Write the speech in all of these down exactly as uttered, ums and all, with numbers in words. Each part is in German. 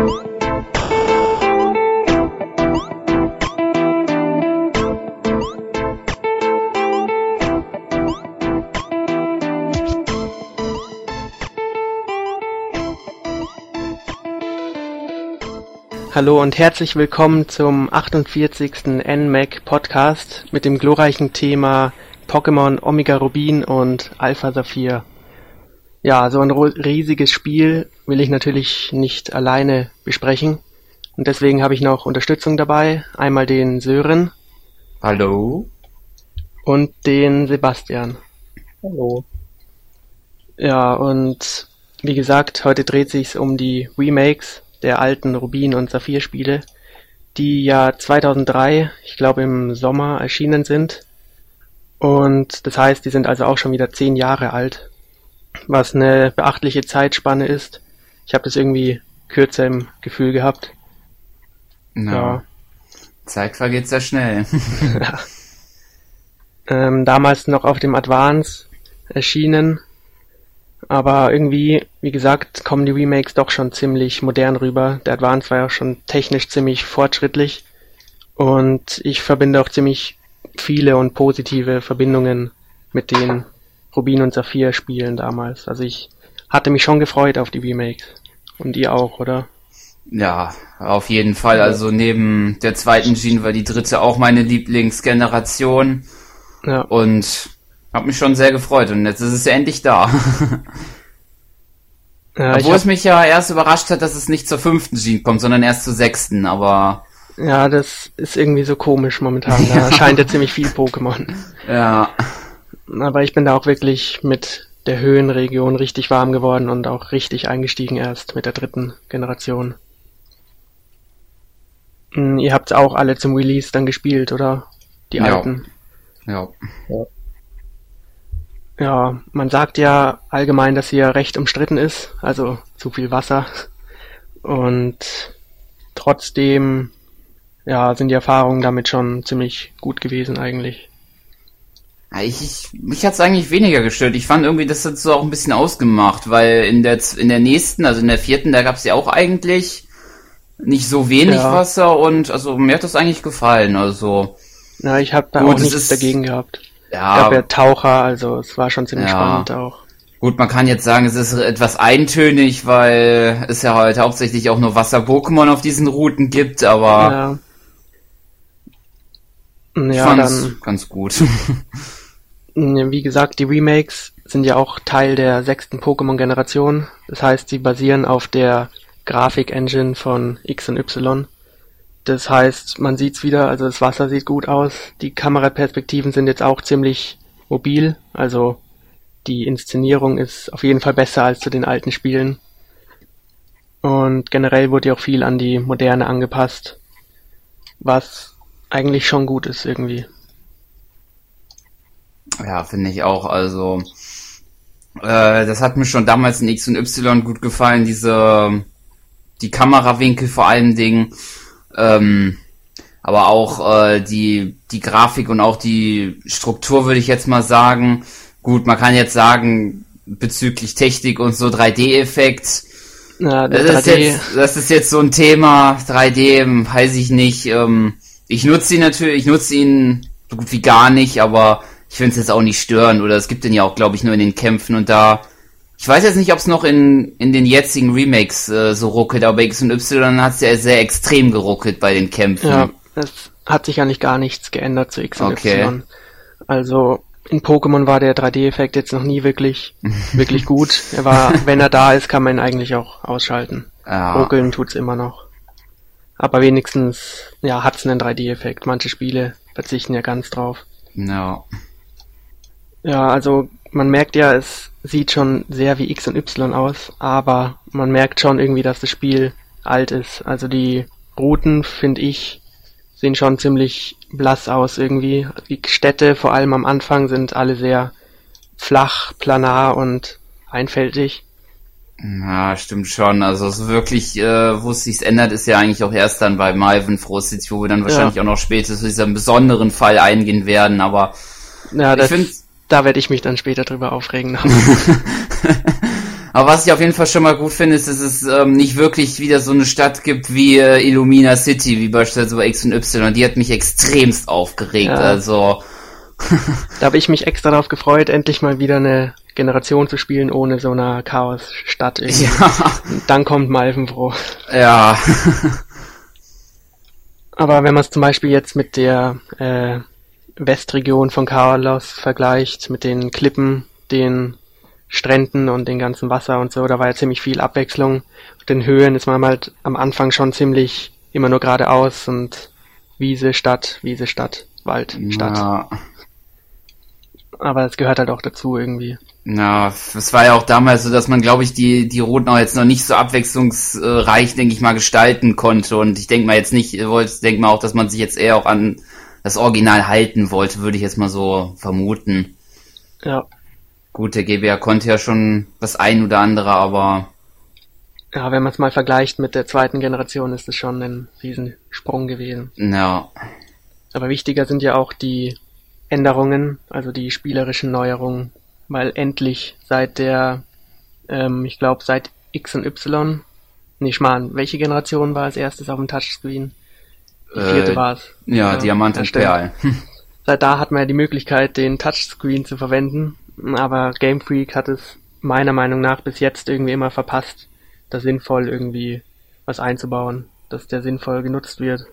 Hallo und herzlich willkommen zum achtundvierzigsten N M A C Podcast mit dem glorreichen Thema Pokémon Omega Rubin und Alpha Saphir. Ja, so ein riesiges Spiel will ich natürlich nicht alleine besprechen und deswegen habe ich noch Unterstützung dabei. Einmal den Sören. Hallo. Und den Sebastian. Hallo. Ja, und wie gesagt, heute dreht sich's um die Remakes der alten Rubin- und Saphir-Spiele, die ja zweitausenddrei, ich glaube im Sommer, erschienen sind. Und das heißt, die sind also auch schon wieder zehn Jahre alt, was eine beachtliche Zeitspanne ist. Ich habe das irgendwie kürzer im Gefühl gehabt. No. Ja. Zeit vergeht sehr schnell. Ja. Ähm, damals noch auf dem Advance erschienen. Aber irgendwie, wie gesagt, kommen die Remakes doch schon ziemlich modern rüber. Der Advance war ja auch schon technisch ziemlich fortschrittlich. Und ich verbinde auch ziemlich viele und positive Verbindungen mit den Rubin- und Saphir-Spielen damals. Also ich hatte mich schon gefreut auf die Remakes. Und ihr auch, oder? Ja, auf jeden Fall. Also neben der zweiten Gen war die dritte auch meine Lieblingsgeneration. Ja. Und hab mich schon sehr gefreut und jetzt ist es ja endlich da. Ja, Obwohl hab, es mich ja erst überrascht hat, dass es nicht zur fünften Gen kommt, sondern erst zur sechsten, aber... Ja, das ist irgendwie so komisch momentan. Da erscheint ja ziemlich viel Pokémon. Ja. Aber ich bin da auch wirklich mit der Höhenregion richtig warm geworden und auch richtig eingestiegen erst mit der dritten Generation. Hm, ihr habt auch alle zum Release dann gespielt, oder? Die Ja. alten. Ja. Ja. Ja, man sagt ja allgemein, dass hier recht umstritten ist, also zu viel Wasser. Und trotzdem, ja, sind die Erfahrungen damit schon ziemlich gut gewesen eigentlich. Ja, Ich, ich, mich hat's eigentlich weniger gestört. Ich fand irgendwie, das hat so auch ein bisschen ausgemacht, weil in der in der nächsten, also in der vierten, da gab's ja auch eigentlich nicht so wenig Ja. Wasser und also mir hat das eigentlich gefallen. Also Na, ich habe da Gut, auch es nichts ist- dagegen gehabt. ja, Ich gab ja Taucher, also es war schon ziemlich Ja. spannend auch. gut, man kann jetzt sagen, es ist etwas eintönig, weil es ja heute hauptsächlich auch nur Wasser-Pokémon auf diesen Routen gibt, aber Ja, ich ja fand's dann, ganz gut. wie gesagt, die Remakes sind ja auch Teil der sechsten Pokémon-Generation. Das heißt, sie basieren auf der Grafik-Engine von X und Y. Das heißt, man sieht's wieder, also das Wasser sieht gut aus. Die Kameraperspektiven sind jetzt auch ziemlich mobil, also die Inszenierung ist auf jeden Fall besser als zu den alten Spielen. Und generell wurde ja auch viel an die Moderne angepasst, was eigentlich schon gut ist irgendwie. Ja, finde ich auch. Also, äh, das hat mir schon damals in X und Y gut gefallen, diese, die Kamerawinkel vor allen Dingen, ähm, aber auch äh, die die Grafik und auch die Struktur, würde ich jetzt mal sagen. Gut, man kann jetzt sagen, bezüglich Technik und so drei D-Effekt, Ja, der das ist, drei D, jetzt, das ist jetzt so ein Thema, drei D, weiß ich nicht. Ähm, ich nutze ihn natürlich, ich nutze ihn so gut wie gar nicht, aber ich finde es jetzt auch nicht störend. Oder es gibt den ja auch, glaube ich, nur in den Kämpfen und da... Ich weiß jetzt nicht, ob es noch in in den jetzigen Remakes äh, so ruckelt, aber bei X und Y hat es ja sehr extrem geruckelt bei den Kämpfen. ja, es hat sich eigentlich gar nichts geändert zu X und Okay. Y. Also in Pokémon war der drei D-Effekt jetzt noch nie wirklich wirklich gut. Er war, wenn er da ist, kann man ihn eigentlich auch ausschalten. Ja. Ruckeln tut's immer noch. Aber wenigstens, ja, hat's einen drei D-Effekt. Manche Spiele verzichten ja ganz drauf. Ja. Ja, also man merkt ja, es sieht schon sehr wie X und Y aus, aber man merkt schon irgendwie, dass das Spiel alt ist. Also die Routen, finde ich, sehen schon ziemlich blass aus irgendwie. Die Städte, vor allem am Anfang, sind alle sehr flach, planar und einfältig. Ja, stimmt schon. Also es wirklich, äh, wo es sich ändert, ist ja eigentlich auch erst dann bei Malvern Frosted, wo wir dann wahrscheinlich Ja. auch noch später zu diesem besonderen Fall eingehen werden, aber Ja, ich das, finde, da werde ich mich dann später drüber aufregen. Aber was ich auf jeden Fall schon mal gut finde, ist, dass es ähm, nicht wirklich wieder so eine Stadt gibt wie äh, Illumina City, wie beispielsweise bei X und Y. Die hat mich extremst aufgeregt. Ja. Also da habe ich mich extra darauf gefreut, endlich mal wieder eine Generation zu spielen ohne so eine Chaos-Stadt irgendwie. Ja. Und dann kommt Malvenbro. Ja. Aber wenn man es zum Beispiel jetzt mit der äh, Westregion von Kalos vergleicht, mit den Klippen, den Stränden und den ganzen Wasser und so, da war ja ziemlich viel Abwechslung. Auf den Höhen ist man halt am Anfang schon ziemlich immer nur geradeaus und Wiese, Stadt, Wiese, Stadt, Wald, Stadt. Ja. Aber es gehört halt auch dazu irgendwie. Ja, es war ja auch damals so, dass man, glaube ich, die die Routen auch jetzt noch nicht so abwechslungsreich, denke ich mal, gestalten konnte. Und ich denke mal jetzt nicht, ich denke mal auch, dass man sich jetzt eher auch an das Original halten wollte, würde ich jetzt mal so vermuten. Ja. Gut, der G B A konnte ja schon das ein oder andere, aber... Ja, wenn man es mal vergleicht mit der zweiten Generation, ist es schon ein Riesensprung gewesen. Ja. Aber wichtiger sind ja auch die Änderungen, also die spielerischen Neuerungen, weil endlich seit der, ähm, ich glaube seit X und Y, nee, Schmarrn, welche Generation war als erstes auf dem Touchscreen? Die vierte äh, war es. Ja, ja, Diamant und Perl. Seit da hat man ja die Möglichkeit, den Touchscreen zu verwenden, aber Game Freak hat es meiner Meinung nach bis jetzt irgendwie immer verpasst, da sinnvoll irgendwie was einzubauen, dass der sinnvoll genutzt wird.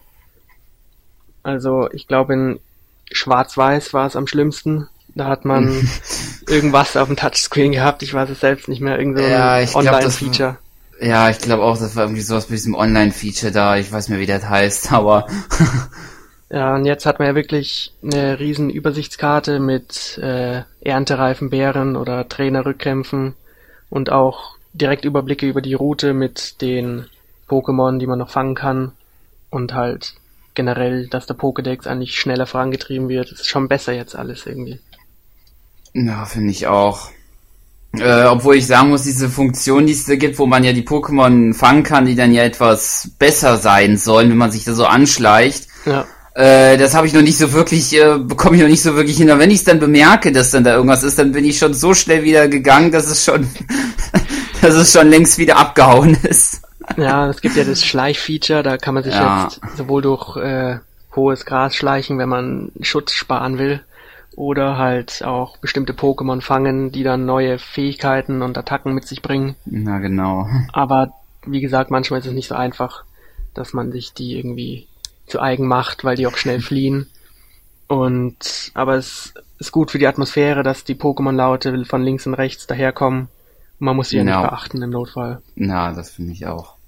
Also ich glaube in Schwarz-Weiß war es am schlimmsten. Da hat man irgendwas auf dem Touchscreen gehabt. Ich weiß es selbst nicht mehr. Irgend so ja, ein Online-Feature. Ja, ich glaube auch, das war irgendwie sowas mit diesem Online-Feature da. Ich weiß nicht mehr, wie das heißt, aber... Ja, und jetzt hat man ja wirklich eine riesen Übersichtskarte mit äh, erntereifen Beeren oder Trainerrückkämpfen und auch direkt Überblicke über die Route mit den Pokémon, die man noch fangen kann und halt generell, dass der Pokédex eigentlich schneller vorangetrieben wird. Das ist schon besser jetzt alles irgendwie. Ja, finde ich auch. Äh, obwohl ich sagen muss, diese Funktion, die es da gibt, wo man ja die Pokémon fangen kann, die dann ja etwas besser sein sollen, wenn man sich da so anschleicht. Ja. Äh, das habe ich noch nicht so wirklich, äh, bekomme ich noch nicht so wirklich hin. Aber wenn ich es dann bemerke, dass dann da irgendwas ist, dann bin ich schon so schnell wieder gegangen, dass es schon, dass es schon längst wieder abgehauen ist. Ja, es gibt ja das Schleichfeature, da kann man sich ja. jetzt sowohl durch äh, hohes Gras schleichen, wenn man Schutz sparen will, oder halt auch bestimmte Pokémon fangen, die dann neue Fähigkeiten und Attacken mit sich bringen. Na genau. Aber wie gesagt, manchmal ist es nicht so einfach, dass man sich die irgendwie zu eigen macht, weil die auch schnell fliehen. Und aber es ist gut für die Atmosphäre, dass die Pokémon-Laute von links und rechts daherkommen. Man muss sie ja genau. nicht beachten im Notfall. Na, das finde ich auch.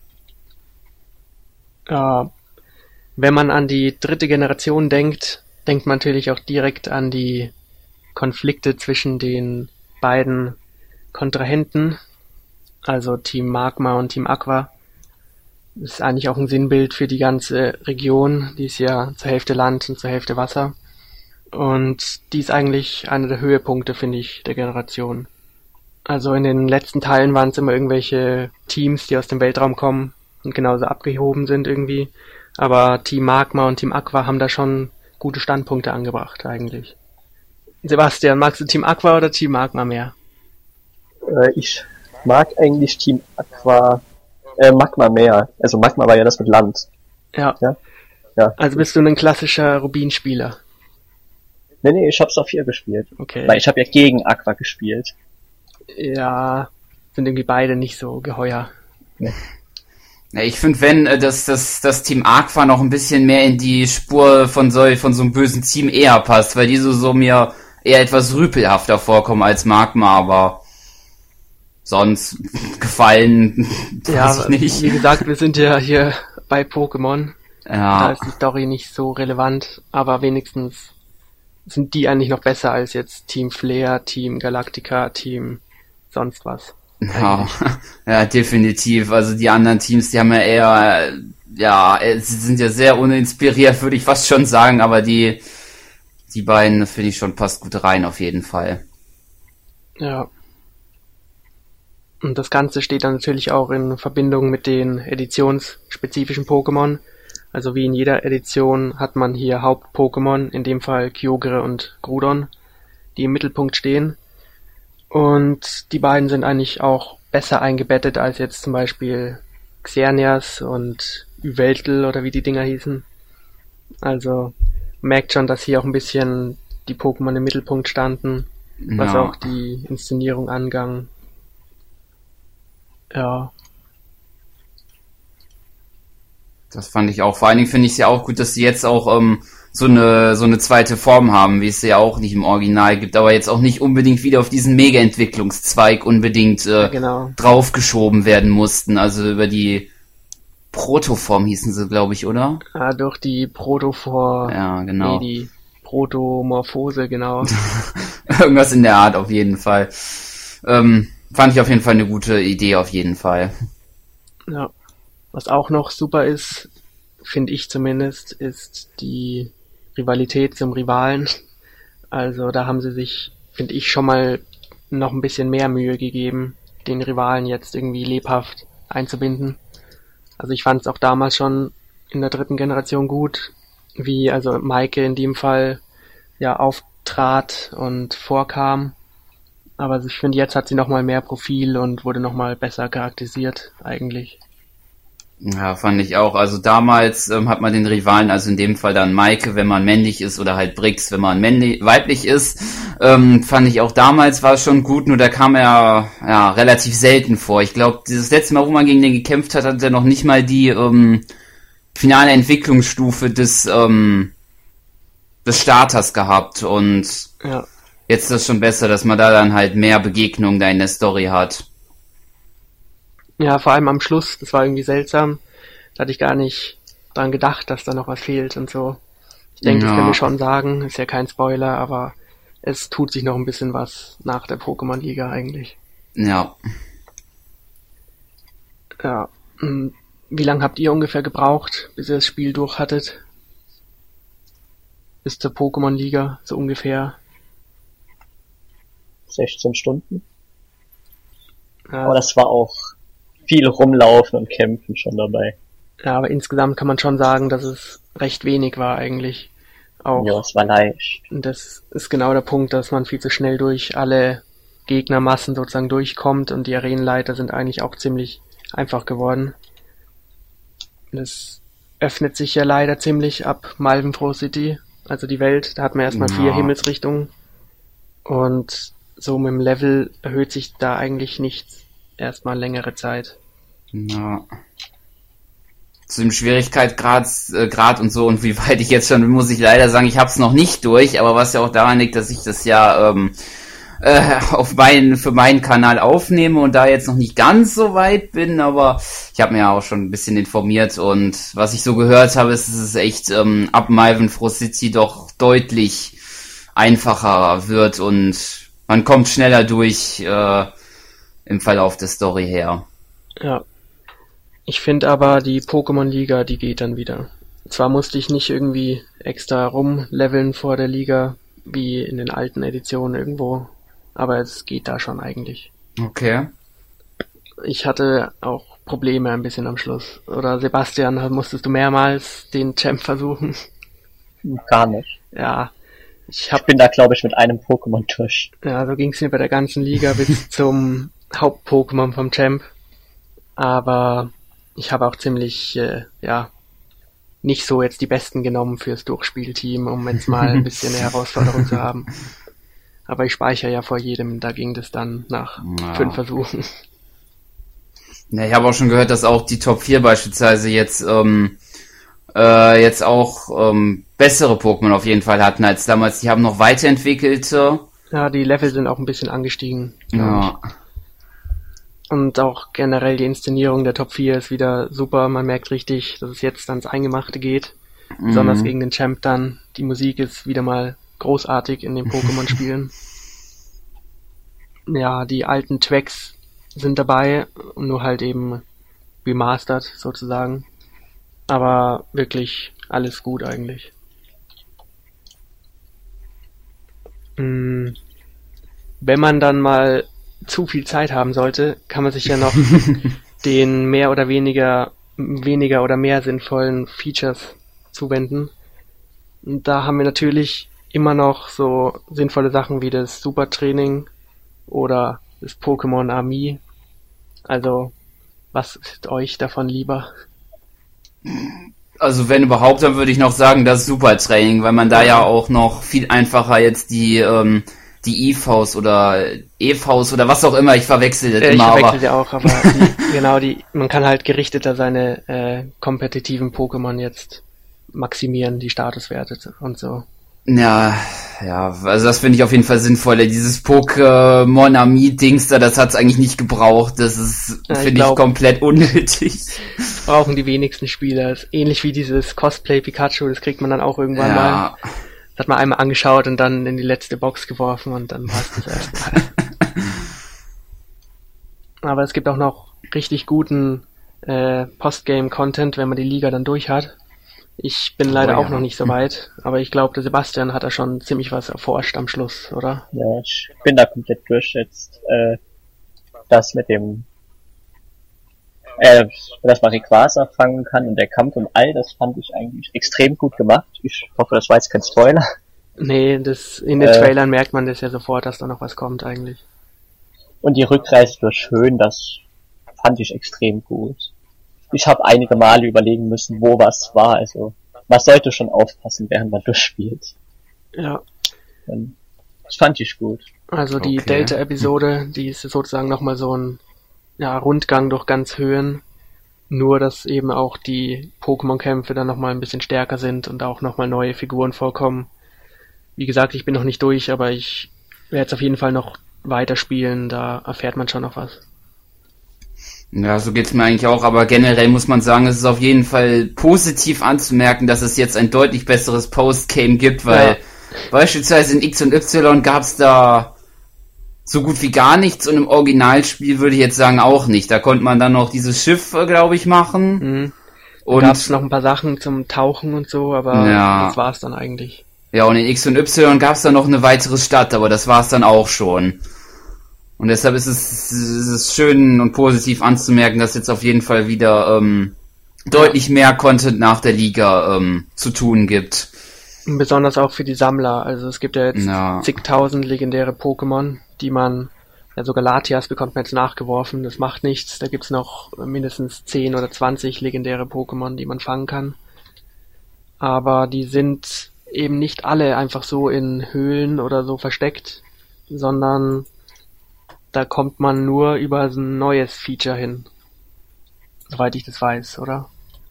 Äh, wenn man an die dritte Generation denkt, denkt man natürlich auch direkt an die Konflikte zwischen den beiden Kontrahenten, also Team Magma und Team Aqua. Das ist eigentlich auch ein Sinnbild für die ganze Region, die ist ja zur Hälfte Land und zur Hälfte Wasser. Und die ist eigentlich einer der Höhepunkte, finde ich, der Generation. Also in den letzten Teilen waren es immer irgendwelche Teams, die aus dem Weltraum kommen und genauso abgehoben sind irgendwie. Aber Team Magma und Team Aqua haben da schon gute Standpunkte angebracht eigentlich. Sebastian, magst du Team Aqua oder Team Magma mehr? Äh, ich mag eigentlich Team Aqua, äh, Magma mehr. Also Magma war ja das mit Land. Ja. Ja. ja. Also bist du ein klassischer Rubin-Spieler? Nee, nee, ich hab's auf vier gespielt. Okay. Weil ich habe ja gegen Aqua gespielt. Ja, sind irgendwie beide nicht so geheuer. Nee. Ja, ich finde, wenn äh, das, das, das Team Aqua noch ein bisschen mehr in die Spur von so, von so einem bösen Team eher passt, weil die so, so mir eher etwas rüpelhafter vorkommen als Magma, aber sonst gefallen, ja, weiß ich nicht. Wie gesagt, wir sind ja hier bei Pokémon. Ja. Da ist die Story nicht so relevant, aber wenigstens sind die eigentlich noch besser als jetzt Team Flare, Team Galactica, Team sonst was. Ja, ja, definitiv. Also die anderen Teams, die haben ja eher, ja, sie sind ja sehr uninspiriert, würde ich fast schon sagen, aber die, die beiden, finde ich schon, passt gut rein, auf jeden Fall. Ja. Und das Ganze steht dann natürlich auch in Verbindung mit den editionsspezifischen Pokémon. Also wie in jeder Edition hat man hier Haupt-Pokémon, in dem Fall Kyogre und Groudon, die im Mittelpunkt stehen. Und die beiden sind eigentlich auch besser eingebettet als jetzt zum Beispiel Xerneas und Yveltal oder wie die Dinger hießen. Also merkt schon, dass hier auch ein bisschen die Pokémon im Mittelpunkt standen, was Ja. auch die Inszenierung angang. Ja, Das fand ich auch. Vor allen Dingen finde ich es ja auch gut, dass sie jetzt auch ähm, so eine so eine zweite Form haben, wie es ja auch nicht im Original gibt, aber jetzt auch nicht unbedingt wieder auf diesen Mega-Entwicklungszweig unbedingt äh, genau. draufgeschoben werden mussten. Also über die Protoform hießen sie, glaube ich, oder? Ah, durch die Protophor, Ja, genau. nee, die Protomorphose, genau. Irgendwas in der Art auf jeden Fall. Ähm, fand ich auf jeden Fall eine gute Idee, auf jeden Fall. Ja. Was auch noch super ist, finde ich zumindest, ist die Rivalität zum Rivalen. Also da haben sie sich, finde ich, schon mal noch ein bisschen mehr Mühe gegeben, den Rivalen jetzt irgendwie lebhaft einzubinden. Also ich fand es auch damals schon in der dritten Generation gut, wie also Maike in dem Fall ja auftrat und vorkam. Aber ich finde, jetzt hat sie noch mal mehr Profil und wurde noch mal besser charakterisiert eigentlich. Ja, fand ich auch. Also damals ähm, hat man den Rivalen, also in dem Fall dann Maike, wenn man männlich ist, oder halt Brix, wenn man männlich, weiblich ist, ähm, fand ich auch damals war es schon gut, nur da kam er ja relativ selten vor. Ich glaube, dieses letzte Mal, wo man gegen den gekämpft hat, hat er noch nicht mal die ähm, finale Entwicklungsstufe des ähm, des Starters gehabt, und Ja. jetzt ist es schon besser, dass man da dann halt mehr Begegnungen da in der Story hat. Ja, vor allem am Schluss, das war irgendwie seltsam. Da hatte ich gar nicht dran gedacht, dass da noch was fehlt und so. Ich denke, das Ja. können wir schon sagen, ist ja kein Spoiler, aber es tut sich noch ein bisschen was nach der Pokémon-Liga eigentlich. Ja. Ja. hm, Wie lange habt ihr ungefähr gebraucht, bis ihr das Spiel durch hattet? Bis zur Pokémon-Liga, so ungefähr. sechzehn Stunden. Ja, Aber das war auch viel rumlaufen und kämpfen schon dabei. ja, aber insgesamt kann man schon sagen, dass es recht wenig war eigentlich. Auch. Ja, es war leicht. Und das ist genau der Punkt, dass man viel zu schnell durch alle Gegnermassen sozusagen durchkommt und die Arenenleiter sind eigentlich auch ziemlich einfach geworden. Das öffnet sich ja leider ziemlich ab Malvenfroh City, also die Welt. Da hat man erstmal Ja. vier Himmelsrichtungen und so mit dem Level erhöht sich da eigentlich nichts erstmal längere Zeit. Ja. Zu dem Schwierigkeitsgrad äh, Grad und so und wie weit ich jetzt schon bin, muss ich leider sagen, ich habe es noch nicht durch, aber was ja auch daran liegt, dass ich das ja ähm, äh, auf meinen für meinen Kanal aufnehme und da jetzt noch nicht ganz so weit bin, aber ich habe mir ja auch schon ein bisschen informiert und was ich so gehört habe, ist, dass es echt ähm, ab Malvenfroh City doch deutlich einfacher wird und man kommt schneller durch äh, im Verlauf der Story her. Ja. Ich finde aber, die Pokémon-Liga, die geht dann wieder. Zwar musste ich nicht irgendwie extra rumleveln vor der Liga, wie in den alten Editionen irgendwo, aber es geht da schon eigentlich. Okay. Ich hatte auch Probleme ein bisschen am Schluss. Oder Sebastian, musstest du mehrmals den Champ versuchen? Gar nicht. Ja, ich Ich hab, bin da, glaube ich, mit einem Pokémon durch. ja, so ging's mir bei der ganzen Liga bis zum Haupt-Pokémon vom Champ. Aber ich habe auch ziemlich, äh, ja, nicht so jetzt die Besten genommen fürs Durchspielteam, um jetzt mal ein bisschen eine Herausforderung zu haben. Aber ich speichere ja vor jedem, da ging das dann nach Ja. fünf Versuchen. Ja, ich habe auch schon gehört, dass auch die Top vier beispielsweise jetzt ähm, äh, jetzt auch ähm, bessere Pokémon auf jeden Fall hatten als damals. Die haben noch weiterentwickelte. Ja, die Level sind auch ein bisschen angestiegen. glaub Ja. ich. Und auch generell die Inszenierung der Top vier ist wieder super. Man merkt richtig, dass es jetzt ans Eingemachte geht. Besonders Mhm. gegen den Champ dann. Die Musik ist wieder mal großartig in den Pokémon-Spielen. Ja, die alten Tracks sind dabei, nur halt eben remastered sozusagen. Aber wirklich alles gut eigentlich. Mm, Wenn man dann mal zu viel Zeit haben sollte, kann man sich ja noch den mehr oder weniger weniger oder mehr sinnvollen Features zuwenden. Und da haben wir natürlich immer noch so sinnvolle Sachen wie das Supertraining oder das Pokémon Army, Also, was ist euch davon lieber? Also wenn überhaupt, dann würde ich noch sagen, das Supertraining, weil man da ja auch noch viel einfacher jetzt die ähm, die I Vs oder E Vs oder was auch immer, ich verwechsel das äh, immer. Ich verwechsel ja auch, aber die, genau, die man kann halt gerichteter seine äh, kompetitiven Pokémon jetzt maximieren, die Statuswerte und so. Ja, ja, also das finde ich auf jeden Fall sinnvoller. Dieses Pokémon-Ami-Dings da, das hat's eigentlich nicht gebraucht. Das ist, ja, finde ich, ich komplett unnötig. Brauchen die wenigsten Spieler. Ist ähnlich wie dieses Cosplay Pikachu, das kriegt man dann auch irgendwann ja. mal. Das hat man einmal angeschaut und dann in die letzte Box geworfen und dann war es das erstmal. Aber es gibt auch noch richtig guten äh, Postgame-Content, wenn man die Liga dann durch hat. Ich bin leider oh, ja. auch noch nicht so weit, aber ich glaube, der Sebastian hat da schon ziemlich was erforscht am Schluss, oder? Ja, ich bin da komplett durch jetzt. Äh, das mit dem, äh, dass man Rayquaza fangen kann und der Kampf im All, das fand ich eigentlich extrem gut gemacht. Ich hoffe, das war jetzt kein Spoiler. Nee, das, in den äh, Trailern merkt man das ja sofort, dass da noch was kommt eigentlich. Und die Rückreise durch Höhen, das fand ich extrem gut. Ich habe einige Male überlegen müssen, wo was war. Also man sollte schon aufpassen, während man durchspielt. Ja. Und das fand ich gut. Also die okay. Delta-Episode, die ist sozusagen nochmal so ein ja, Rundgang durch ganz Höhen. Nur, dass eben auch die Pokémon-Kämpfe dann nochmal ein bisschen stärker sind und auch nochmal neue Figuren vorkommen. Wie gesagt, ich bin noch nicht durch, aber ich werde es auf jeden Fall noch weiterspielen. Da erfährt man schon noch was. Ja, so geht's mir eigentlich auch, aber generell muss man sagen, es ist auf jeden Fall positiv anzumerken, dass es jetzt ein deutlich besseres Postgame gibt, weil ja. beispielsweise in X und Y gab's da so gut wie gar nichts und im Originalspiel würde ich jetzt sagen auch nicht. Da konnte man dann noch dieses Schiff, glaube ich, machen. Mhm. Und gab's noch ein paar Sachen zum Tauchen und so, aber ja. das war's dann eigentlich. Ja, und in X und Y gab's dann noch eine weitere Stadt, aber das war's dann auch schon. Und deshalb ist es, ist es schön und positiv anzumerken, dass jetzt auf jeden Fall wieder ähm, deutlich mehr Content nach der Liga ähm, zu tun gibt. Besonders auch für die Sammler. Also es gibt ja jetzt ja. zigtausend legendäre Pokémon, die man, ja sogar Latias bekommt man jetzt nachgeworfen, das macht nichts. Da gibt's noch mindestens zehn oder zwanzig legendäre Pokémon, die man fangen kann. Aber die sind eben nicht alle einfach so in Höhlen oder so versteckt, sondern da kommt man nur über ein neues Feature hin. Soweit ich das weiß, oder?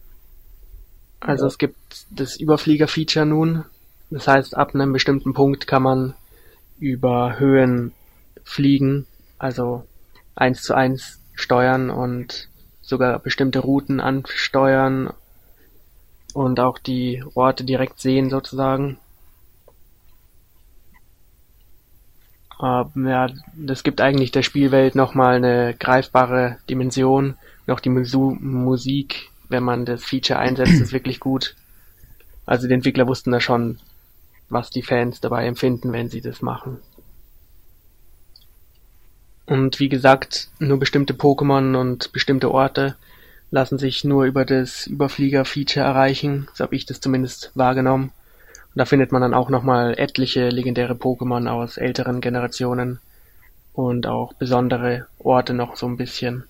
Also ja. Es gibt das Überflieger-Feature nun. Das heißt, ab einem bestimmten Punkt kann man über Höhen fliegen, also eins zu eins steuern und sogar bestimmte Routen ansteuern und auch die Orte direkt sehen sozusagen. Ja, das gibt eigentlich der Spielwelt nochmal eine greifbare Dimension. Noch die Musu- Musik, wenn man das Feature einsetzt, ist wirklich gut. Also die Entwickler wussten da schon, was die Fans dabei empfinden, wenn sie das machen. Und wie gesagt, nur bestimmte Pokémon und bestimmte Orte lassen sich nur über das Überflieger-Feature erreichen. So habe ich das zumindest wahrgenommen. Und da findet man dann auch nochmal etliche legendäre Pokémon aus älteren Generationen und auch besondere Orte noch so ein bisschen.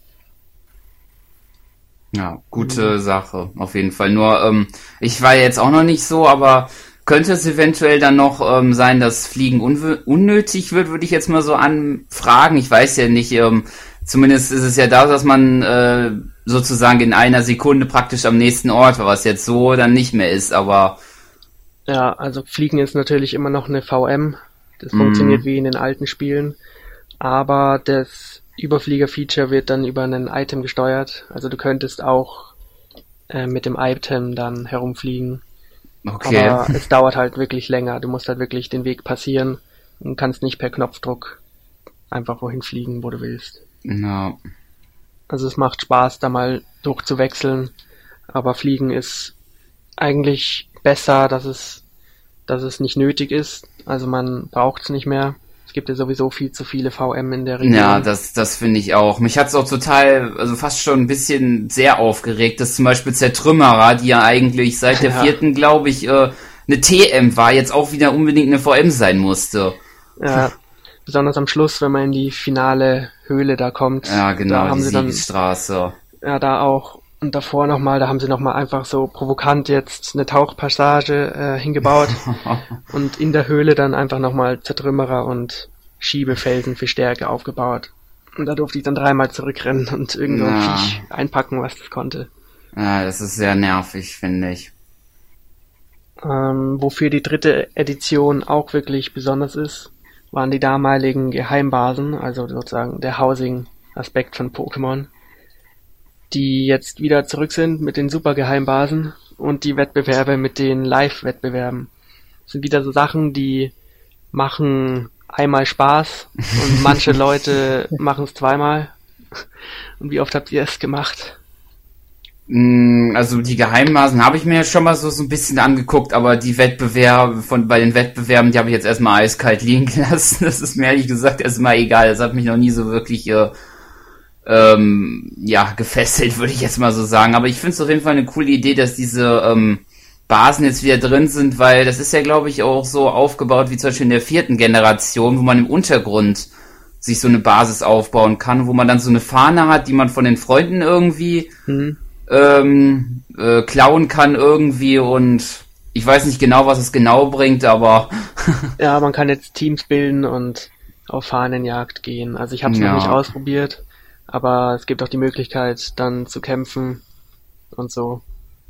Ja, gute mhm. Sache, auf jeden Fall. Nur, ähm, ich war jetzt auch noch nicht so, aber könnte es eventuell dann noch ähm, sein, dass Fliegen unw- unnötig wird, würde ich jetzt mal so anfragen. Ich weiß ja nicht, ähm, zumindest ist es ja da, dass man äh, sozusagen in einer Sekunde praktisch am nächsten Ort war, was jetzt so dann nicht mehr ist, aber ja, also Fliegen ist natürlich immer noch eine V M. Das mm. funktioniert wie in den alten Spielen. Aber das Überflieger-Feature wird dann über ein Item gesteuert. Also du könntest auch äh, mit dem Item dann herumfliegen. Okay. Aber es dauert halt wirklich länger. Du musst halt wirklich den Weg passieren und kannst nicht per Knopfdruck einfach wohin fliegen, wo du willst. No. Also es macht Spaß, da mal durchzuwechseln. Aber Fliegen ist eigentlich besser, dass es, dass es nicht nötig ist. Also man braucht es nicht mehr. Es gibt ja sowieso viel zu viele V M in der Region. Ja, das, das finde ich auch. Mich hat's auch total, also fast schon ein bisschen sehr aufgeregt, dass zum Beispiel Zertrümmerer, die ja eigentlich seit der ja. vierten, glaube ich, äh, eine T M war, jetzt auch wieder unbedingt eine V M sein musste. Ja, besonders am Schluss, wenn man in die finale Höhle da kommt. Ja, genau, da haben die sie dann, Siegesstraße. Ja, da auch. Und davor nochmal, da haben sie nochmal einfach so provokant jetzt eine Tauchpassage äh, hingebaut und in der Höhle dann einfach nochmal Zertrümmerer und Schiebefelsen für Stärke aufgebaut. Und da durfte ich dann dreimal zurückrennen und irgendwo ein Ja. Viech einpacken, was das konnte. Ja, das ist sehr nervig, finde ich. Ähm, wofür die dritte Edition auch wirklich besonders ist, waren die damaligen Geheimbasen, also sozusagen der Housing-Aspekt von Pokémon, die jetzt wieder zurück sind mit den Super-Geheimbasen und die Wettbewerbe mit den Live-Wettbewerben. Das sind wieder so Sachen, die machen einmal Spaß und manche Leute machen es zweimal. Und wie oft habt ihr es gemacht? Mm, Also die Geheimbasen habe ich mir schon mal so, so ein bisschen angeguckt, aber die Wettbewerbe von bei den Wettbewerben, die habe ich jetzt erstmal eiskalt liegen gelassen. Das ist mir ehrlich gesagt erstmal egal. Das hat mich noch nie so wirklich äh, ähm, ja gefesselt, würde ich jetzt mal so sagen. Aber ich finde es auf jeden Fall eine coole Idee, dass diese ähm, Basen jetzt wieder drin sind, weil das ist ja, glaube ich, auch so aufgebaut wie zum Beispiel in der vierten Generation, wo man im Untergrund sich so eine Basis aufbauen kann, wo man dann so eine Fahne hat, die man von den Freunden irgendwie Mhm. ähm, äh, klauen kann irgendwie und ich weiß nicht genau, was es genau bringt, aber Ja, man kann jetzt Teams bilden und auf Fahnenjagd gehen. Also ich habe es Ja. noch nicht ausprobiert, aber es gibt auch die Möglichkeit, dann zu kämpfen und so.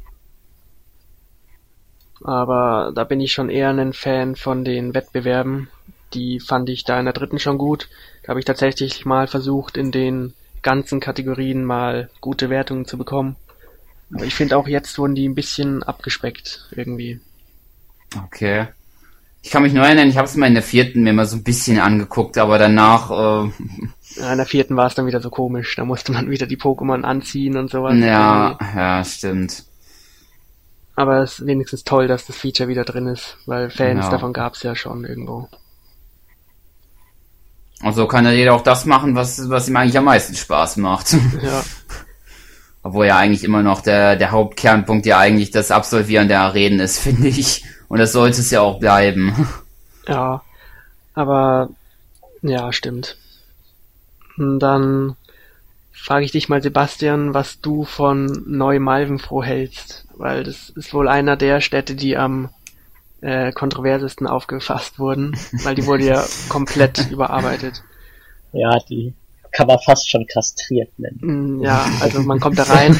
Aber da bin ich schon eher ein Fan von den Wettbewerben. Die fand ich da in der dritten schon gut. Da habe ich tatsächlich mal versucht, in den ganzen Kategorien mal gute Wertungen zu bekommen. Aber ich finde auch jetzt wurden die ein bisschen abgespeckt irgendwie. okay. Ich kann mich nur erinnern, ich habe es mal in der vierten mir mal so ein bisschen angeguckt, aber danach, äh, Ja, in der vierten war es dann wieder so komisch. Da musste man wieder die Pokémon anziehen und sowas. ja, Irgendwie. ja, stimmt. Aber es ist wenigstens toll, dass das Feature wieder drin ist, weil Fans Ja. davon gab es ja schon irgendwo. Und so kann ja jeder auch das machen, was, was ihm eigentlich am meisten Spaß macht. Ja, Obwohl ja eigentlich immer noch der, der Hauptkernpunkt ja eigentlich das Absolvieren der Arenen ist, finde ich. Und das sollte es ja auch bleiben. ja. Aber ja, stimmt. Und dann frage ich dich mal, Sebastian, was du von Neu-Malvenfroh hältst, weil das ist wohl einer der Städte, die am äh, kontroversesten aufgefasst wurden, weil die wurde ja komplett überarbeitet. Ja, die kann man fast schon kastriert nennen. Mm, Ja, also man kommt da rein,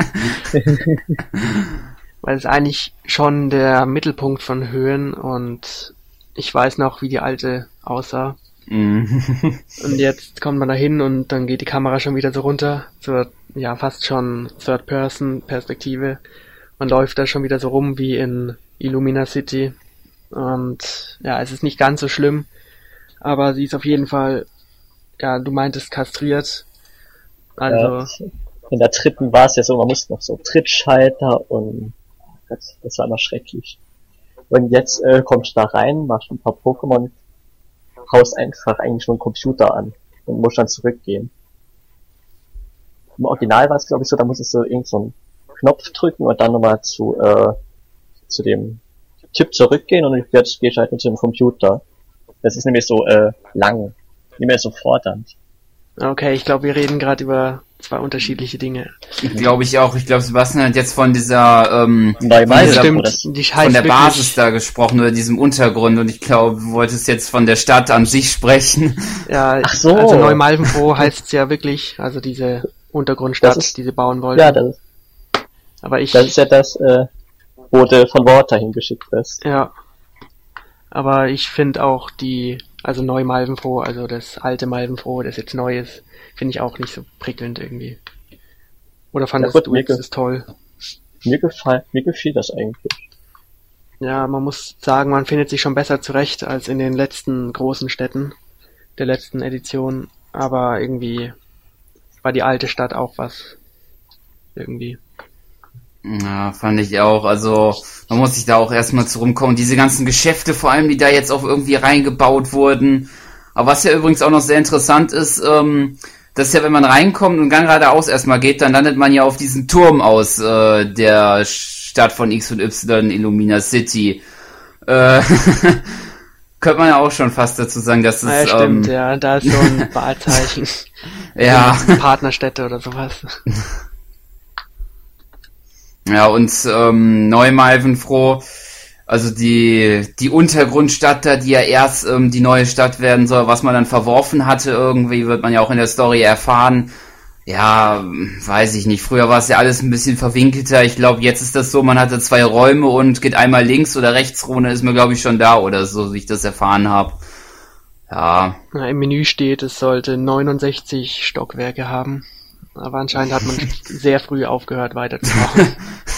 weil es eigentlich schon der Mittelpunkt von Höhen und ich weiß noch, wie die alte aussah. Mhm. Und jetzt kommt man da hin und dann geht die Kamera schon wieder so runter zur, ja, fast schon Third-Person-Perspektive. Man läuft da schon wieder so rum wie in Illumina City. Und ja, es ist nicht ganz so schlimm, aber sie ist auf jeden Fall, ja, du meintest kastriert. Also, Ja, in der dritten war es ja so, man musste noch so Trittschalter und das, das war immer schrecklich. Und jetzt äh, kommst du da rein, machst ein paar Pokémon, haust einfach eigentlich nur einen Computer an und musst dann zurückgehen. Im Original war es, glaube ich, so, da musstest du irgend so einen Knopf drücken und dann nochmal zu, äh, zu dem Tipp zurückgehen und jetzt gehst du halt mit dem Computer. Das ist nämlich so äh, lang, nicht mehr so fordernd. okay, ich glaube, wir reden gerade über zwei unterschiedliche Dinge. Glaube ich auch. Ich glaube, Sebastian hat jetzt von dieser, ähm, Neue von, dieser Stimmt, das, die heißt von der wirklich, Basis da gesprochen oder diesem Untergrund und ich glaube, du wolltest jetzt von der Stadt an sich sprechen. ja, Ach so. also Neu-Malvenfroh heißt es ja wirklich, also diese Untergrundstadt, Das ist- die sie bauen wollten. ja, das, Aber ich, das ist ja das, äh, wo du von Water hingeschickt wirst. ja. Aber ich finde auch die, also Neu-Malvenfroh, also das alte Malvenfroh, das jetzt neu ist, finde ich auch nicht so prickelnd irgendwie. Oder fandest Ja, gut, du mir jetzt ge- das toll? Mir gefällt, mir gefiel das eigentlich. Ja, man muss sagen, man findet sich schon besser zurecht als in den letzten großen Städten der letzten Edition. Aber irgendwie war die alte Stadt auch was. Irgendwie. Ja, fand ich auch. Also, man muss sich da auch erstmal zu rumkommen. Diese ganzen Geschäfte, vor allem, die da jetzt auch irgendwie reingebaut wurden. Aber was ja übrigens auch noch sehr interessant ist, ähm, dass ja, wenn man reinkommt und dann geradeaus erstmal geht, dann landet man ja auf diesem Turm aus äh, der Stadt von X und Y, Illumina City. Äh, könnte man ja auch schon fast dazu sagen, dass es... Ja, stimmt, ähm, ja, da ist so ein Wahrzeichen. ja. Partnerstädte oder sowas. Ja, und ähm, Neumalvenfroh, also die die Untergrundstadt da, die ja erst ähm, die neue Stadt werden soll, was man dann verworfen hatte irgendwie, wird man ja auch in der Story erfahren. Ja, weiß ich nicht. Früher war es ja alles ein bisschen verwinkelter. Ich glaube, jetzt ist das so, man hatte zwei Räume und geht einmal links oder rechts runter, ist mir glaube ich schon da oder so, wie ich das erfahren habe. Ja. Na, im Menü steht, es sollte neunundsechzig Stockwerke haben. Aber anscheinend hat man sehr früh aufgehört weiterzubauen.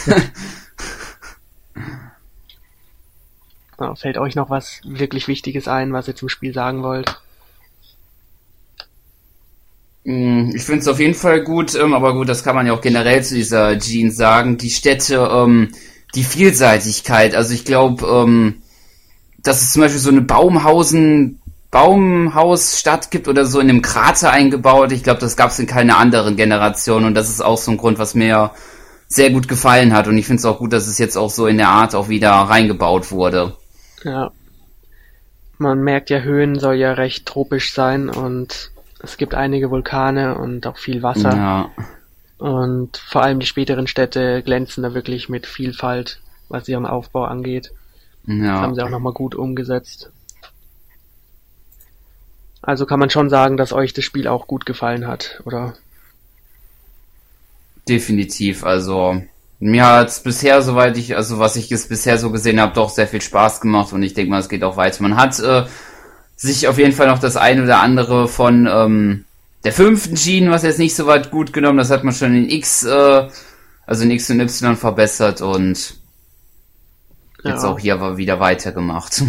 Ja, fällt euch noch was wirklich Wichtiges ein, was ihr zum Spiel sagen wollt? Ich finde es auf jeden Fall gut, ähm, aber gut, das kann man ja auch generell zu dieser Gene sagen. Die Städte, ähm, die Vielseitigkeit. Also ich glaube, ähm, dass es zum Beispiel so eine Baumhausen, Baumhausstadt gibt oder so in einem Krater eingebaut. Ich glaube, das gab es in keiner anderen Generation und das ist auch so ein Grund, was mir sehr gut gefallen hat. Und ich finde es auch gut, dass es jetzt auch so in der Art auch wieder reingebaut wurde. Ja. Man merkt ja, Höhen soll ja recht tropisch sein und es gibt einige Vulkane und auch viel Wasser. Ja. Und vor allem die späteren Städte glänzen da wirklich mit Vielfalt, was ihren Aufbau angeht. Ja. Das haben sie auch nochmal gut umgesetzt. Also kann man schon sagen, dass euch das Spiel auch gut gefallen hat, oder? Definitiv, also mir hat es bisher, soweit ich, also was ich jetzt bisher so gesehen habe, doch sehr viel Spaß gemacht und ich denke mal, es geht auch weiter. Man hat äh, sich auf jeden Fall noch das eine oder andere von ähm, der fünften Gene, was jetzt nicht so weit gut genommen, das hat man schon in X, äh, also in X und Y verbessert und jetzt Ja. auch hier war wieder weitergemacht.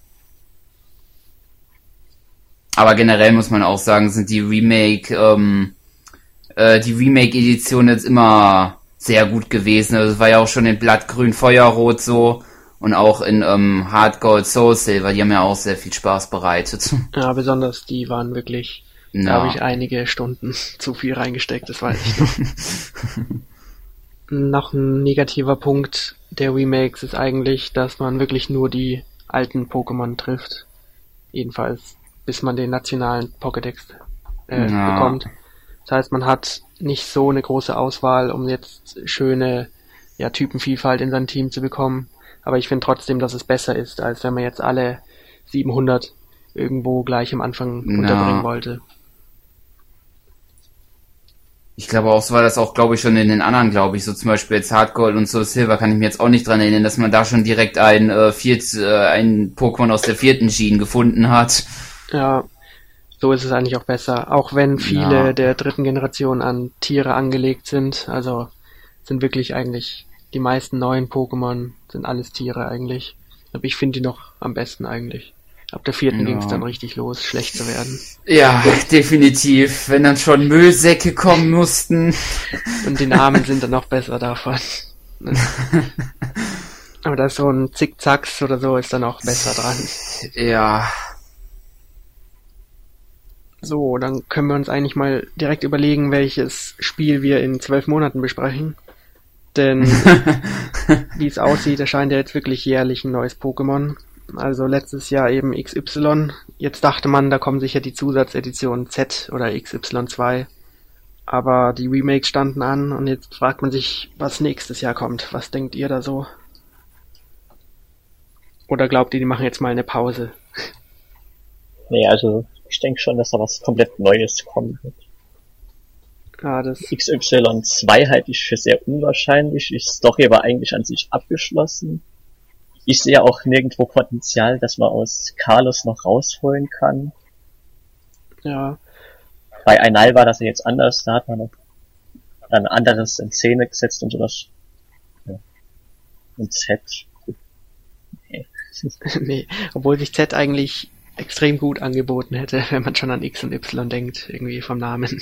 Aber generell muss man auch sagen, sind die Remake, ähm, äh, die Remake-Edition jetzt immer sehr gut gewesen. Also es war ja auch schon in Blattgrün, Feuerrot so und auch in ähm, Hard Gold, Soul Silver, die haben ja auch sehr viel Spaß bereitet. Ja, besonders die waren wirklich, Ja. da habe ich einige Stunden zu viel reingesteckt, das weiß ich noch. Noch ein negativer Punkt der Remakes ist eigentlich, dass man wirklich nur die alten Pokémon trifft. Jedenfalls, bis man den nationalen Pokédex äh, Ja. bekommt. Das heißt, man hat nicht so eine große Auswahl, um jetzt schöne ja, Typenvielfalt in sein Team zu bekommen. Aber ich finde trotzdem, dass es besser ist, als wenn man jetzt alle siebenhundert irgendwo gleich am Anfang Ja. unterbringen wollte. Ich glaube auch, so war das auch, glaube ich, schon in den anderen, glaube ich, so zum Beispiel jetzt Hard Gold und Soul Silver kann ich mir jetzt auch nicht dran erinnern, dass man da schon direkt ein, äh, viert, äh, ein Pokémon aus der vierten Gene gefunden hat. Ja, so ist es eigentlich auch besser. Auch wenn viele Ja. der dritten Generation an Tiere angelegt sind. Also sind wirklich eigentlich die meisten neuen Pokémon sind alles Tiere eigentlich. Aber ich finde die noch am besten eigentlich. Ab der vierten Ja. ging es dann richtig los, schlecht zu werden. Ja, definitiv. Wenn dann schon Müllsäcke kommen mussten. Und die Namen sind dann noch besser davon. Aber da ist so ein Zickzacks oder so ist dann auch besser dran. Ja. So, dann können wir uns eigentlich mal direkt überlegen, welches Spiel wir in zwölf Monaten besprechen. Denn wie es aussieht, erscheint ja jetzt wirklich jährlich ein neues Pokémon. Also letztes Jahr eben X Y. Jetzt dachte man, da kommen sicher die Zusatzeditionen Z oder X Y zwei. Aber die Remakes standen an und jetzt fragt man sich, was nächstes Jahr kommt. Was denkt ihr da so? Oder glaubt ihr, die machen jetzt mal eine Pause? Nee, also ich denke schon, dass da was komplett Neues kommen wird. Ja, das, X Y zwei halte ich für sehr unwahrscheinlich. Die Story war eigentlich an sich abgeschlossen. Ich sehe auch nirgendwo Potenzial, dass man aus Carlos noch rausholen kann. ja, Bei Einal war das ja jetzt anders, da hat man noch ein anderes in Szene gesetzt und sowas. Ja. Und Z. Nee. nee, obwohl sich Z eigentlich extrem gut angeboten hätte, wenn man schon an X und Y denkt, irgendwie vom Namen.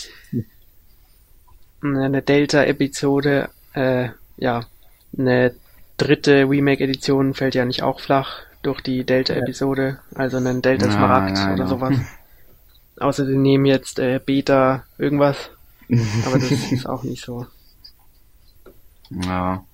Eine Delta-Episode, äh, ja, eine dritte Remake-Edition fällt ja nicht auch flach durch die Delta-Episode, also einen Delta-Smaragd Ja, ja, oder ja. sowas. Außer sie nehmen jetzt äh, Beta irgendwas, aber das ist auch nicht so. Ja.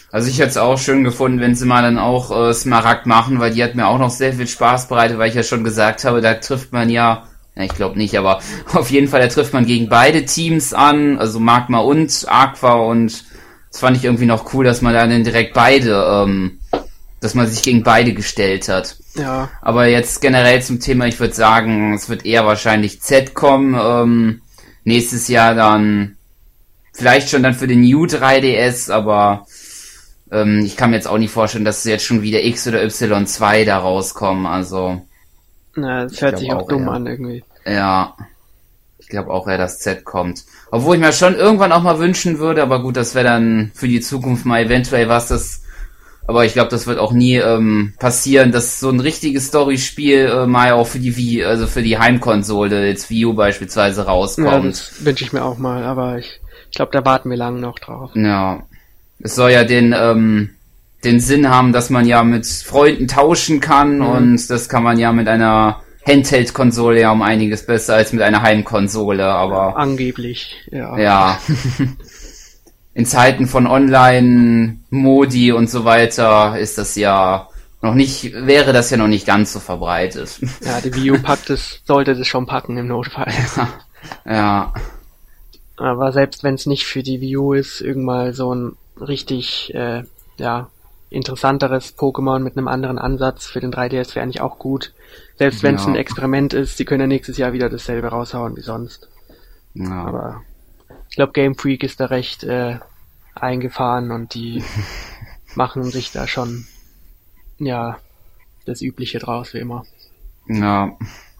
Also ich hätte es auch schön gefunden, wenn sie mal dann auch äh, Smaragd machen, weil die hat mir auch noch sehr viel Spaß bereitet, weil ich ja schon gesagt habe, da trifft man ja, ja ich glaube nicht, aber auf jeden Fall, da trifft man gegen beide Teams an, also Magma und Aqua, und das fand ich irgendwie noch cool, dass man dann direkt beide, ähm, dass man sich gegen beide gestellt hat. Ja. Aber jetzt generell zum Thema, ich würde sagen, es wird eher wahrscheinlich Z kommen, ähm, nächstes Jahr dann vielleicht schon dann für den New drei D S, aber ähm, ich kann mir jetzt auch nicht vorstellen, dass jetzt schon wieder X oder Y zwei da rauskommen, also. Na, das hört sich auch dumm eher an irgendwie. Ja. Ich glaube auch eher, dass Z kommt. Obwohl ich mir schon irgendwann auch mal wünschen würde, aber gut, das wäre dann für die Zukunft mal eventuell was, das, aber ich glaube, das wird auch nie ähm, passieren, dass so ein richtiges Storyspiel äh, mal auch für die Wii, also für die Heimkonsole, jetzt Wii U beispielsweise rauskommt. Ja, das wünsche ich mir auch mal, aber ich, ich glaube, da warten wir lange noch drauf. Ja. Es soll ja den, ähm, den Sinn haben, dass man ja mit Freunden tauschen kann, mhm. und das kann man ja mit einer Handheld-Konsole ja um einiges besser als mit einer Heimkonsole, aber... Angeblich, ja. Ja. In Zeiten von Online-Modi und so weiter ist das ja noch nicht, wäre das ja noch nicht ganz so verbreitet. Ja, die Wii U packt es, sollte das schon packen im Notfall. Ja. Aber selbst wenn es nicht für die Wii U ist, irgendwann so ein richtig, äh, ja, interessanteres Pokémon mit einem anderen Ansatz für den drei D S wäre eigentlich auch gut. Selbst wenn es ja. ein Experiment ist, sie können ja nächstes Jahr wieder dasselbe raushauen wie sonst. Ja. Aber ich glaube, Game Freak ist da recht äh, eingefahren und die machen sich da schon, ja, das Übliche draus, wie immer. Ja.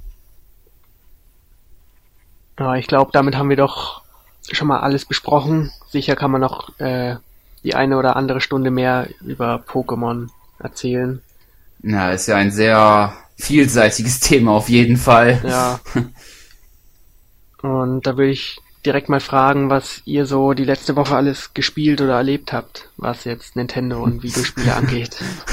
Ja, ich glaube, damit haben wir doch schon mal alles besprochen. Sicher kann man noch äh, die eine oder andere Stunde mehr über Pokémon erzählen. Ja, ist ja ein sehr vielseitiges Thema auf jeden Fall. Ja. Und da würde ich direkt mal fragen, was ihr so die letzte Woche alles gespielt oder erlebt habt, was jetzt Nintendo und Videospiele angeht.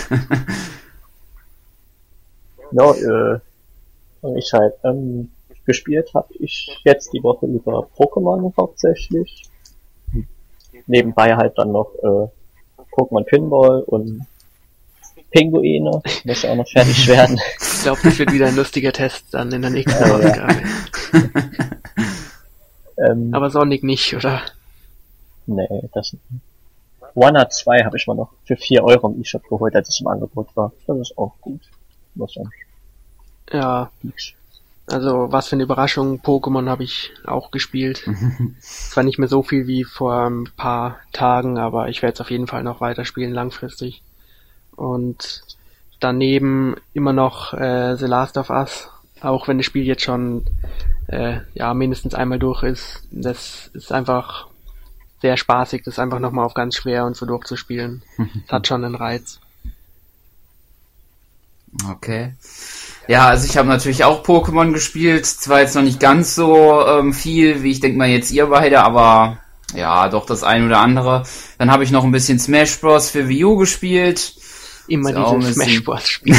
Ja, äh, ich halt, ähm, gespielt habe ich jetzt die Woche über Pokémon hauptsächlich. Nebenbei halt dann noch äh, Pokémon Pinball und Pinguine, muss ja auch noch fertig werden. Ich glaube, das wird wieder ein lustiger Test dann in der nächsten äh, Ausgabe. Ja. ähm, Aber Sonic nicht, oder? Nee, das nicht. Wanna zwei habe ich mal noch für vier Euro im eShop geholt, als es im Angebot war. Das ist auch gut. Muss sagen. Ja. Also, was für eine Überraschung. Pokémon habe ich auch gespielt. Zwar nicht mehr so viel wie vor ein paar Tagen, aber ich werde es auf jeden Fall noch weiterspielen, langfristig. Und daneben immer noch äh, The Last of Us, auch wenn das Spiel jetzt schon äh, ja mindestens einmal durch ist. Das ist einfach sehr spaßig, das einfach nochmal auf ganz schwer und so durchzuspielen. Das hat schon einen Reiz. Okay. Ja, also ich habe natürlich auch Pokémon gespielt, zwar jetzt noch nicht ganz so ähm, viel, wie ich denke mal jetzt ihr beide, aber ja, doch das ein oder andere. Dann habe ich noch ein bisschen Smash Bros. Für Wii U gespielt. Immer diese Smash Bros. Spiele.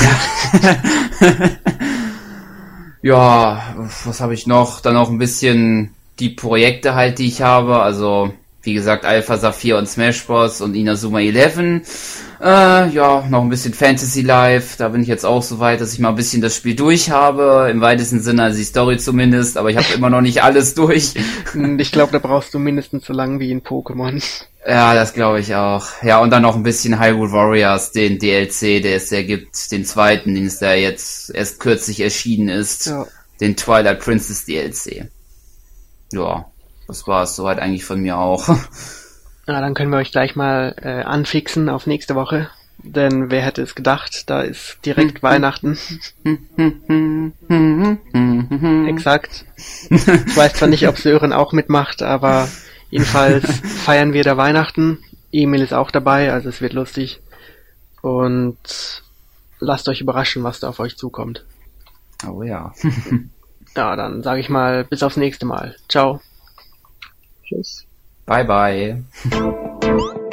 Ja, was habe ich noch? Dann auch ein bisschen die Projekte halt, die ich habe, also wie gesagt, Alpha Saphir und Smash Bros. Und Inazuma elf. Äh, ja, noch ein bisschen Fantasy Life. Da bin ich jetzt auch so weit, dass ich mal ein bisschen das Spiel durch habe. Im weitesten Sinne, also die Story zumindest. Aber ich habe immer noch nicht alles durch. Ich glaube, da brauchst du mindestens so lang wie in Pokémon. Ja, das glaube ich auch. Ja, und dann noch ein bisschen Hyrule Warriors, den D L C, der es ja gibt. Den zweiten, den es da jetzt erst kürzlich erschienen ist. Ja. Den Twilight Princess D L C. Ja, das war es soweit eigentlich von mir auch. Ja, dann können wir euch gleich mal äh, anfixen auf nächste Woche. Denn wer hätte es gedacht, da ist direkt Weihnachten. Exakt. Ich weiß zwar nicht, ob Sören auch mitmacht, aber jedenfalls feiern wir da Weihnachten. Emil ist auch dabei, also es wird lustig. Und lasst euch überraschen, was da auf euch zukommt. Oh ja. Ja, dann sage ich mal, bis aufs nächste Mal. Ciao. Tschüss. Bye bye.